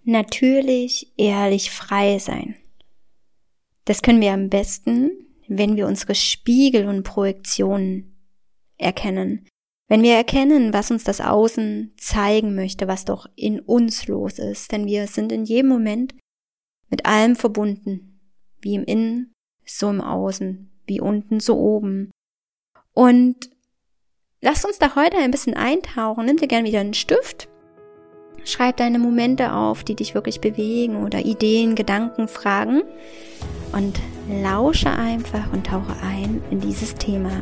natürlich, ehrlich, frei sein. Das können wir am besten, wenn wir unsere Spiegel und Projektionen erkennen. Wenn wir erkennen, was uns das Außen zeigen möchte, was doch in uns los ist. Denn wir sind in jedem Moment mit allem verbunden. Wie im Innen, so im Außen. Wie unten, so oben. Und lass uns da heute ein bisschen eintauchen. Nimm dir gerne wieder einen Stift. Schreib deine Momente auf, die dich wirklich bewegen oder Ideen, Gedanken, Fragen. Und lausche einfach und tauche ein in dieses Thema.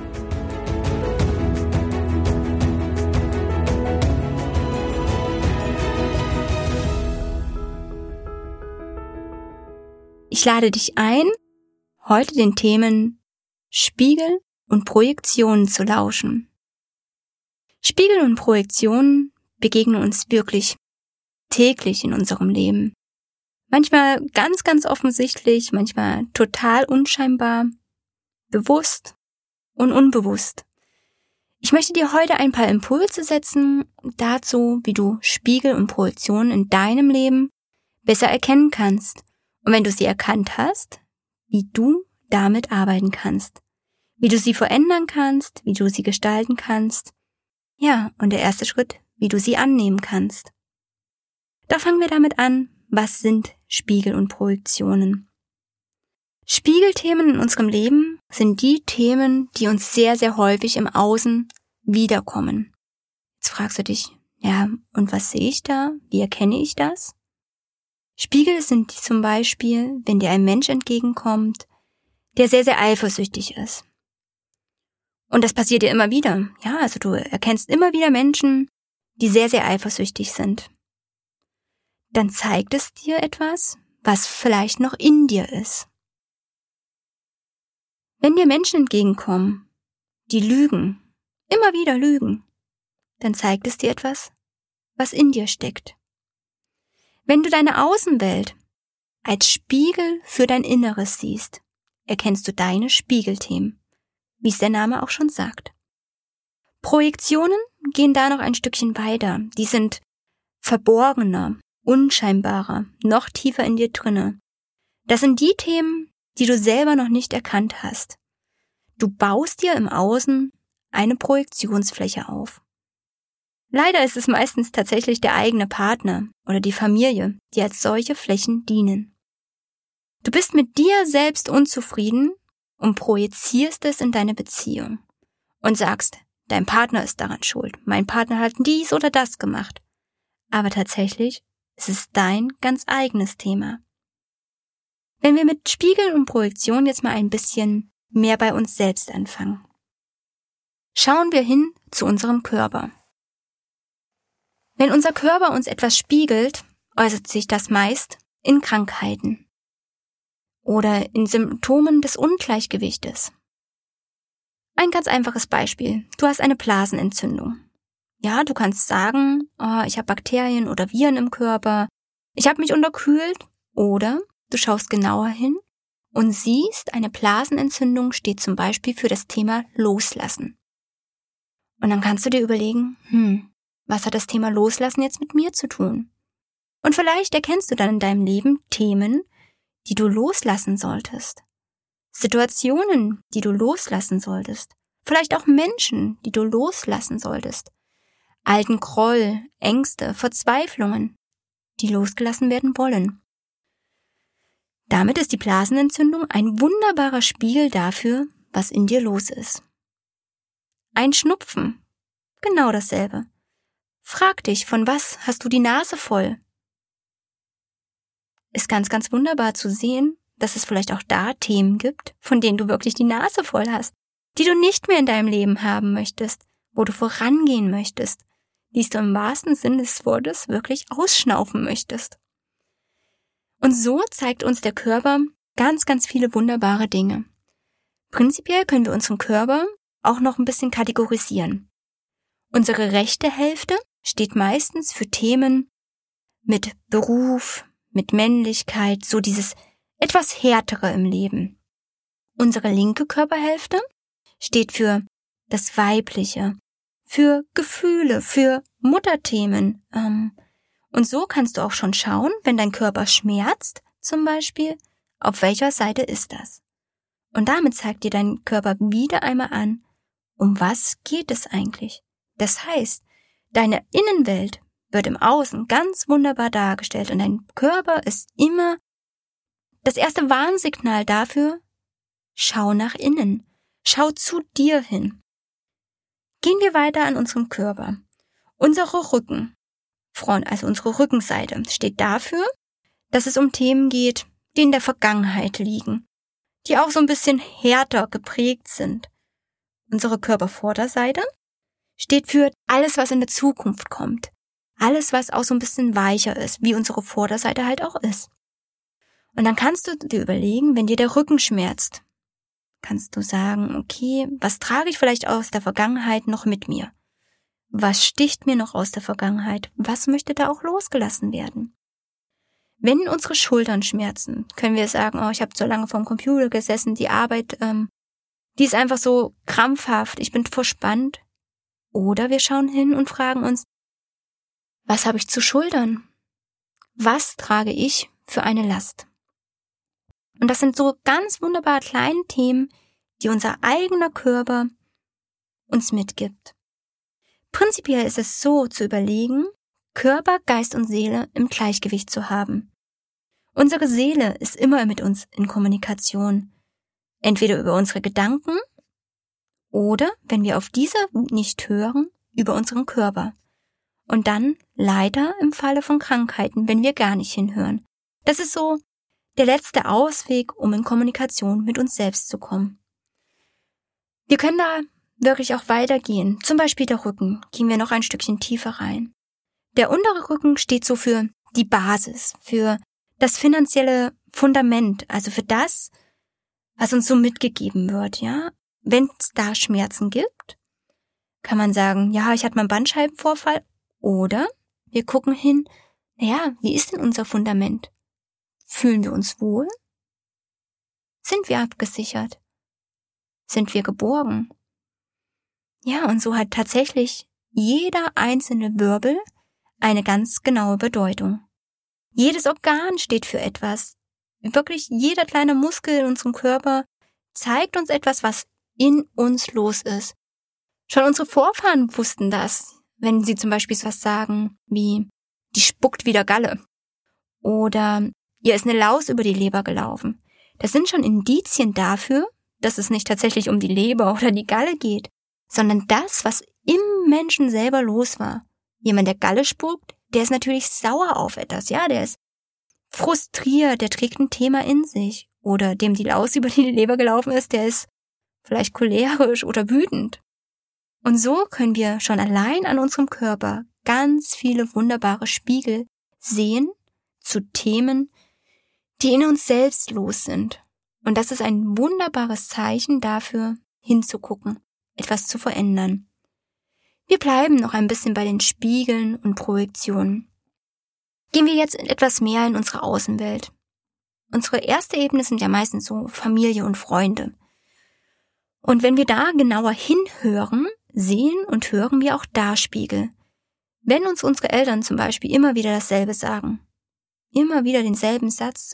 Ich lade dich ein, heute den Themen Spiegel und Projektionen zu lauschen. Spiegel und Projektionen begegnen uns wirklich täglich in unserem Leben. Manchmal ganz, ganz offensichtlich, manchmal total unscheinbar, bewusst und unbewusst. Ich möchte dir heute ein paar Impulse setzen dazu, wie du Spiegel und Projektionen in deinem Leben besser erkennen kannst. Und wenn du sie erkannt hast, wie du damit arbeiten kannst. Wie du sie verändern kannst, wie du sie gestalten kannst. Ja, und der erste Schritt, wie du sie annehmen kannst. Da fangen wir damit an, was sind Spiegel und Projektionen? Spiegelthemen in unserem Leben sind die Themen, die uns sehr, sehr häufig im Außen wiederkommen. Jetzt fragst du dich, ja, und was sehe ich da? Wie erkenne ich das? Spiegel sind zum Beispiel, wenn dir ein Mensch entgegenkommt, der sehr, sehr eifersüchtig ist. Und das passiert dir immer wieder. Ja, also du erkennst immer wieder Menschen, die sehr, sehr eifersüchtig sind. Dann zeigt es dir etwas, was vielleicht noch in dir ist. Wenn dir Menschen entgegenkommen, die lügen, immer wieder lügen, dann zeigt es dir etwas, was in dir steckt. Wenn du deine Außenwelt als Spiegel für dein Inneres siehst, erkennst du deine Spiegelthemen, wie es der Name auch schon sagt. Projektionen gehen da noch ein Stückchen weiter. Die sind verborgener, unscheinbarer, noch tiefer in dir drinne. Das sind die Themen, die du selber noch nicht erkannt hast. Du baust dir im Außen eine Projektionsfläche auf. Leider ist es meistens tatsächlich der eigene Partner oder die Familie, die als solche Flächen dienen. Du bist mit dir selbst unzufrieden und projizierst es in deine Beziehung und sagst, dein Partner ist daran schuld, mein Partner hat dies oder das gemacht. Aber tatsächlich ist es dein ganz eigenes Thema. Wenn wir mit Spiegel und Projektion jetzt mal ein bisschen mehr bei uns selbst anfangen. Schauen wir hin zu unserem Körper. Wenn unser Körper uns etwas spiegelt, äußert sich das meist in Krankheiten oder in Symptomen des Ungleichgewichtes. Ein ganz einfaches Beispiel. Du hast eine Blasenentzündung. Ja, du kannst sagen, ich habe Bakterien oder Viren im Körper, ich habe mich unterkühlt, oder du schaust genauer hin und siehst, eine Blasenentzündung steht zum Beispiel für das Thema Loslassen. Und dann kannst du dir überlegen, was hat das Thema Loslassen jetzt mit mir zu tun? Und vielleicht erkennst du dann in deinem Leben Themen, die du loslassen solltest. Situationen, die du loslassen solltest. Vielleicht auch Menschen, die du loslassen solltest. Alten Groll, Ängste, Verzweiflungen, die losgelassen werden wollen. Damit ist die Blasenentzündung ein wunderbarer Spiegel dafür, was in dir los ist. Ein Schnupfen, genau dasselbe. Frag dich, von was hast du die Nase voll? Ist ganz, ganz wunderbar zu sehen, dass es vielleicht auch da Themen gibt, von denen du wirklich die Nase voll hast, die du nicht mehr in deinem Leben haben möchtest, wo du vorangehen möchtest, die du im wahrsten Sinne des Wortes wirklich ausschnaufen möchtest. Und so zeigt uns der Körper ganz, ganz viele wunderbare Dinge. Prinzipiell können wir unseren Körper auch noch ein bisschen kategorisieren. Unsere rechte Hälfte steht meistens für Themen mit Beruf, mit Männlichkeit, so dieses etwas Härtere im Leben. Unsere linke Körperhälfte steht für das Weibliche, für Gefühle, für Mutterthemen. Und so kannst du auch schon schauen, wenn dein Körper schmerzt, zum Beispiel, auf welcher Seite ist das? Und damit zeigt dir dein Körper wieder einmal an, um was geht es eigentlich? Das heißt, deine Innenwelt wird im Außen ganz wunderbar dargestellt und dein Körper ist immer das erste Warnsignal dafür, schau nach innen, schau zu dir hin. Gehen wir weiter an unserem Körper. Unsere Rücken, also unsere Rückenseite, steht dafür, dass es um Themen geht, die in der Vergangenheit liegen, die auch so ein bisschen härter geprägt sind. Unsere Körpervorderseite steht für alles, was in der Zukunft kommt. Alles, was auch so ein bisschen weicher ist, wie unsere Vorderseite halt auch ist. Und dann kannst du dir überlegen, wenn dir der Rücken schmerzt, kannst du sagen, okay, was trage ich vielleicht aus der Vergangenheit noch mit mir? Was sticht mir noch aus der Vergangenheit? Was möchte da auch losgelassen werden? Wenn unsere Schultern schmerzen, können wir sagen, oh, ich habe so lange vorm Computer gesessen, die Arbeit, die ist einfach so krampfhaft, ich bin verspannt. Oder wir schauen hin und fragen uns, was habe ich zu schultern? Was trage ich für eine Last? Und das sind so ganz wunderbar kleine Themen, die unser eigener Körper uns mitgibt. Prinzipiell ist es so zu überlegen, Körper, Geist und Seele im Gleichgewicht zu haben. Unsere Seele ist immer mit uns in Kommunikation, entweder über unsere Gedanken oder, wenn wir auf diese nicht hören, über unseren Körper. Und dann leider im Falle von Krankheiten, wenn wir gar nicht hinhören. Das ist so der letzte Ausweg, um in Kommunikation mit uns selbst zu kommen. Wir können da wirklich auch weitergehen. Zum Beispiel der Rücken. Gehen wir noch ein Stückchen tiefer rein. Der untere Rücken steht so für die Basis, für das finanzielle Fundament, also für das, was uns so mitgegeben wird, ja. Wenn es da Schmerzen gibt, kann man sagen, ja, ich hatte mal einen Bandscheibenvorfall. Oder wir gucken hin, naja, wie ist denn unser Fundament? Fühlen wir uns wohl? Sind wir abgesichert? Sind wir geborgen? Ja, und so hat tatsächlich jeder einzelne Wirbel eine ganz genaue Bedeutung. Jedes Organ steht für etwas. Wirklich jeder kleine Muskel in unserem Körper zeigt uns etwas, was in uns los ist. Schon unsere Vorfahren wussten das, wenn sie zum Beispiel was sagen wie, die spuckt wieder Galle oder ihr ist eine Laus über die Leber gelaufen. Das sind schon Indizien dafür, dass es nicht tatsächlich um die Leber oder die Galle geht, sondern das, was im Menschen selber los war. Jemand, der Galle spuckt, der ist natürlich sauer auf etwas, ja, der ist frustriert, der trägt ein Thema in sich. Oder dem die Laus über die Leber gelaufen ist, der ist vielleicht cholerisch oder wütend. Und so können wir schon allein an unserem Körper ganz viele wunderbare Spiegel sehen zu Themen, die in uns selbst los sind. Und das ist ein wunderbares Zeichen dafür, hinzugucken, etwas zu verändern. Wir bleiben noch ein bisschen bei den Spiegeln und Projektionen. Gehen wir jetzt etwas mehr in unsere Außenwelt. Unsere erste Ebene sind ja meistens so Familie und Freunde. Und wenn wir da genauer hinhören, sehen und hören wir auch da Spiegel. Wenn uns unsere Eltern zum Beispiel immer wieder dasselbe sagen, immer wieder denselben Satz,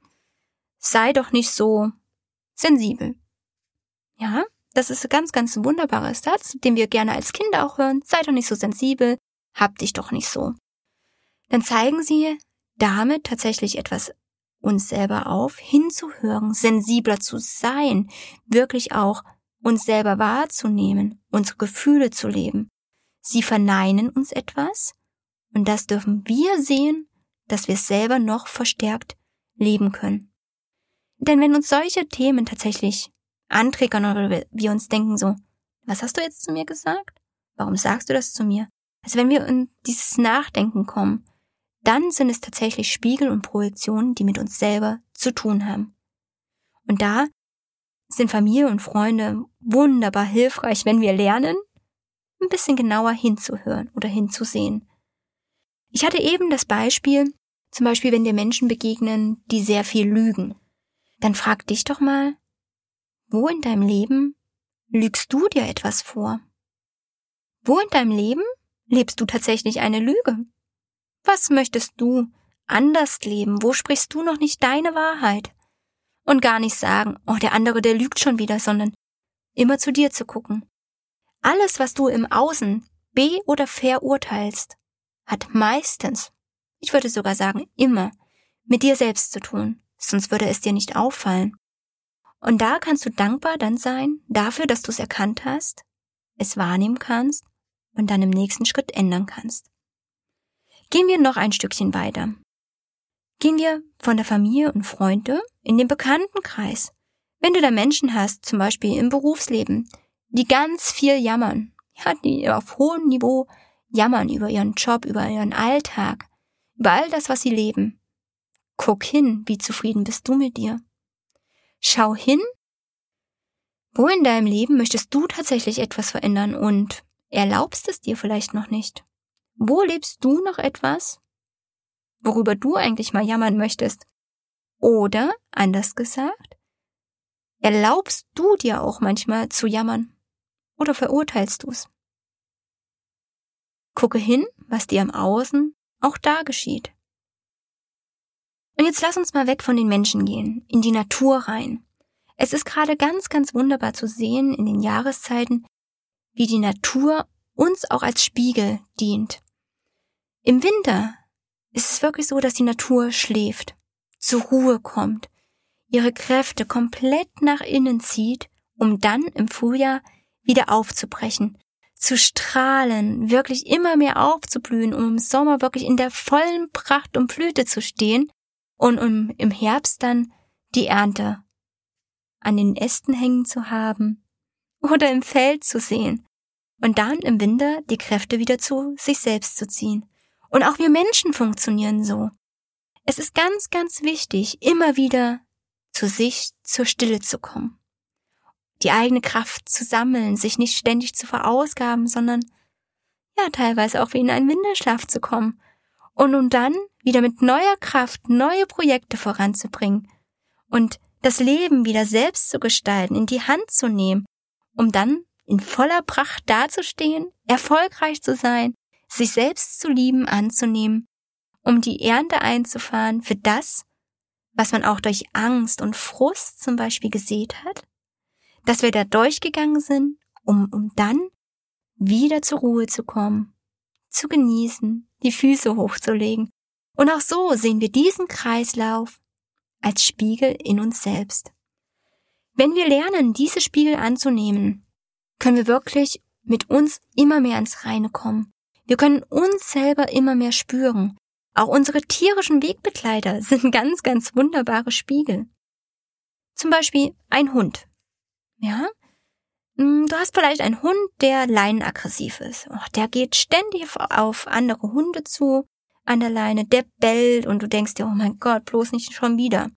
sei doch nicht so sensibel. Ja, das ist ein ganz, ganz wunderbarer Satz, den wir gerne als Kinder auch hören. Sei doch nicht so sensibel, hab dich doch nicht so. Dann zeigen sie damit tatsächlich etwas uns selber auf, hinzuhören, sensibler zu sein, wirklich auch uns selber wahrzunehmen, unsere Gefühle zu leben. Sie verneinen uns etwas und das dürfen wir sehen, dass wir es selber noch verstärkt leben können. Denn wenn uns solche Themen tatsächlich antriggern oder wir uns denken so, was hast du jetzt zu mir gesagt? Warum sagst du das zu mir? Also wenn wir in dieses Nachdenken kommen, dann sind es tatsächlich Spiegel und Projektionen, die mit uns selber zu tun haben. Und da sind Familie und Freunde wunderbar hilfreich, wenn wir lernen, ein bisschen genauer hinzuhören oder hinzusehen. Ich hatte eben das Beispiel, zum Beispiel wenn dir Menschen begegnen, die sehr viel lügen. Dann frag dich doch mal, wo in deinem Leben lügst du dir etwas vor? Wo in deinem Leben lebst du tatsächlich eine Lüge? Was möchtest du anders leben? Wo sprichst du noch nicht deine Wahrheit? Und gar nicht sagen, oh, der andere, der lügt schon wieder, sondern immer zu dir zu gucken. Alles, was du im Außen oder verurteilst, hat meistens, ich würde sogar sagen immer, mit dir selbst zu tun, sonst würde es dir nicht auffallen. Und da kannst du dankbar dann sein dafür, dass du es erkannt hast, es wahrnehmen kannst und dann im nächsten Schritt ändern kannst. Gehen wir noch ein Stückchen weiter. Gehen wir von der Familie und Freunde in den Bekanntenkreis. Wenn du da Menschen hast, zum Beispiel im Berufsleben, die ganz viel jammern, ja, die auf hohem Niveau jammern über ihren Job, über ihren Alltag, über all das, was sie leben. Guck hin, wie zufrieden bist du mit dir. Schau hin, wo in deinem Leben möchtest du tatsächlich etwas verändern und erlaubst es dir vielleicht noch nicht. Wo lebst du noch etwas, worüber du eigentlich mal jammern möchtest? Oder, anders gesagt, erlaubst du dir auch manchmal zu jammern? Oder verurteilst du es? Gucke hin, was dir im Außen auch da geschieht. Und jetzt lass uns mal weg von den Menschen gehen, in die Natur rein. Es ist gerade ganz, ganz wunderbar zu sehen in den Jahreszeiten, wie die Natur uns auch als Spiegel dient. Im Winter ist es wirklich so, dass die Natur schläft, zur Ruhe kommt, ihre Kräfte komplett nach innen zieht, um dann im Frühjahr wieder aufzubrechen, zu strahlen, wirklich immer mehr aufzublühen, um im Sommer wirklich in der vollen Pracht und Blüte zu stehen und um im Herbst dann die Ernte an den Ästen hängen zu haben oder im Feld zu sehen und dann im Winter die Kräfte wieder zu sich selbst zu ziehen. Und auch wir Menschen funktionieren so. Es ist ganz, ganz wichtig, immer wieder zu sich, zur Stille zu kommen. Die eigene Kraft zu sammeln, sich nicht ständig zu verausgaben, sondern ja teilweise auch wie in einen Winterschlaf zu kommen und um dann wieder mit neuer Kraft neue Projekte voranzubringen und das Leben wieder selbst zu gestalten, in die Hand zu nehmen, um dann in voller Pracht dazustehen, erfolgreich zu sein, sich selbst zu lieben, anzunehmen, um die Ernte einzufahren für das, was man auch durch Angst und Frust zum Beispiel gesät hat, dass wir da durchgegangen sind, um dann wieder zur Ruhe zu kommen, zu genießen, die Füße hochzulegen. Und auch so sehen wir diesen Kreislauf als Spiegel in uns selbst. Wenn wir lernen, diese Spiegel anzunehmen, können wir wirklich mit uns immer mehr ans Reine kommen. Wir können uns selber immer mehr spüren. Auch unsere tierischen Wegbegleiter sind ganz, ganz wunderbare Spiegel. Zum Beispiel ein Hund. Ja? Du hast vielleicht einen Hund, der leinenaggressiv ist. Oh, der geht ständig auf andere Hunde zu, an der Leine, der bellt und du denkst dir, oh mein Gott, bloß nicht schon wieder.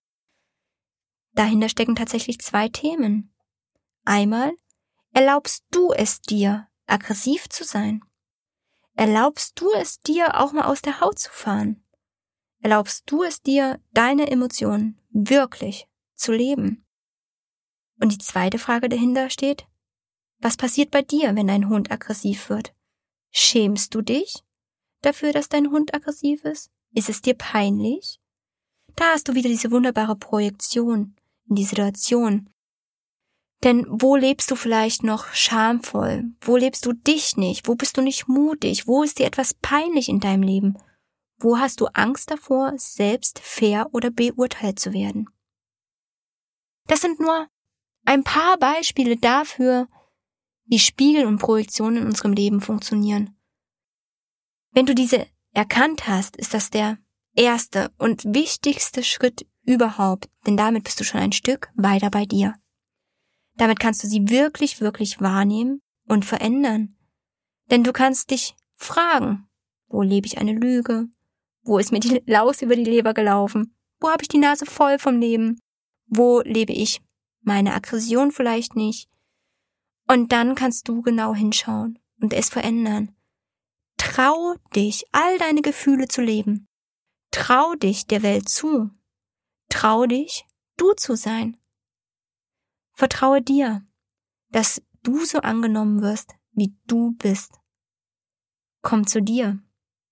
Dahinter stecken tatsächlich 2 Themen. Einmal, erlaubst du es dir, aggressiv zu sein? Erlaubst du es dir, auch mal aus der Haut zu fahren? Erlaubst du es dir, deine Emotionen wirklich zu leben? Und die zweite Frage dahinter steht, was passiert bei dir, wenn dein Hund aggressiv wird? Schämst du dich dafür, dass dein Hund aggressiv ist? Ist es dir peinlich? Da hast du wieder diese wunderbare Projektion in die Situation. Denn wo lebst du vielleicht noch schamvoll? Wo lebst du dich nicht? Wo bist du nicht mutig? Wo ist dir etwas peinlich in deinem Leben? Wo hast du Angst davor, selbst fair oder beurteilt zu werden? Das sind nur ein paar Beispiele dafür, wie Spiegel und Projektionen in unserem Leben funktionieren. Wenn du diese erkannt hast, ist das der erste und wichtigste Schritt überhaupt, denn damit bist du schon ein Stück weiter bei dir. Damit kannst du sie wirklich, wirklich wahrnehmen und verändern. Denn du kannst dich fragen, wo lebe ich eine Lüge? Wo ist mir die Laus über die Leber gelaufen? Wo habe ich die Nase voll vom Leben? Wo lebe ich meine Aggression vielleicht nicht? Und dann kannst du genau hinschauen und es verändern. Trau dich, all deine Gefühle zu leben. Trau dich der Welt zu. Trau dich, du zu sein. Vertraue dir, dass du so angenommen wirst, wie du bist. Komm zu dir.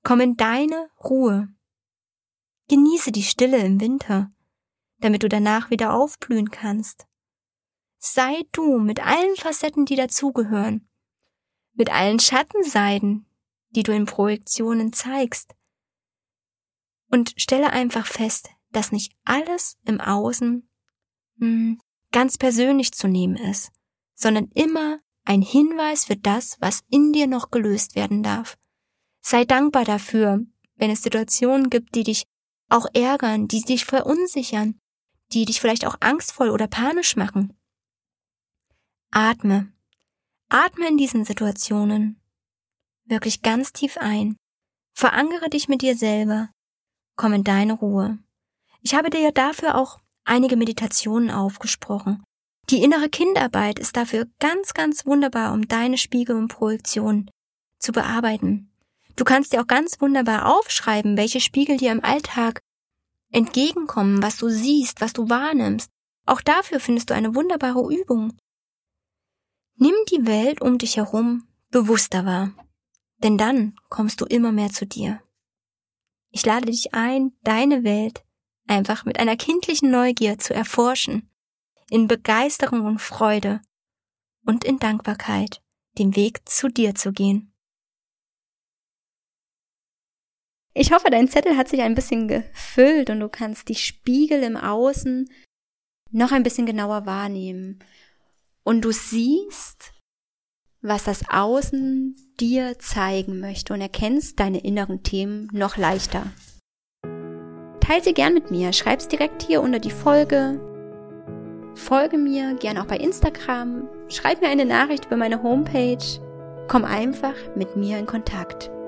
Komm in deine Ruhe. Genieße die Stille im Winter, damit du danach wieder aufblühen kannst. Sei du mit allen Facetten, die dazugehören, mit allen Schattenseiten, die du in Projektionen zeigst. Und stelle einfach fest, dass nicht alles im Außen ganz persönlich zu nehmen ist, sondern immer ein Hinweis für das, was in dir noch gelöst werden darf. Sei dankbar dafür, wenn es Situationen gibt, die dich auch ärgern, die dich verunsichern, die dich vielleicht auch angstvoll oder panisch machen. Atme. Atme in diesen Situationen wirklich ganz tief ein. Verankere dich mit dir selber. Komm in deine Ruhe. Ich habe dir ja dafür auch einige Meditationen aufgesprochen. Die innere Kindarbeit ist dafür ganz, ganz wunderbar, um deine Spiegel und Projektionen zu bearbeiten. Du kannst dir auch ganz wunderbar aufschreiben, welche Spiegel dir im Alltag entgegenkommen, was du siehst, was du wahrnimmst. Auch dafür findest du eine wunderbare Übung. Nimm die Welt um dich herum bewusster wahr, denn dann kommst du immer mehr zu dir. Ich lade dich ein, deine Welt einfach mit einer kindlichen Neugier zu erforschen, in Begeisterung und Freude und in Dankbarkeit den Weg zu dir zu gehen. Ich hoffe, dein Zettel hat sich ein bisschen gefüllt und du kannst die Spiegel im Außen noch ein bisschen genauer wahrnehmen. Und du siehst, was das Außen dir zeigen möchte und erkennst deine inneren Themen noch leichter. Teil sie gern mit mir, schreib's direkt hier unter die Folge. Folge mir gern auch bei Instagram, schreib mir eine Nachricht über meine Homepage. Komm einfach mit mir in Kontakt.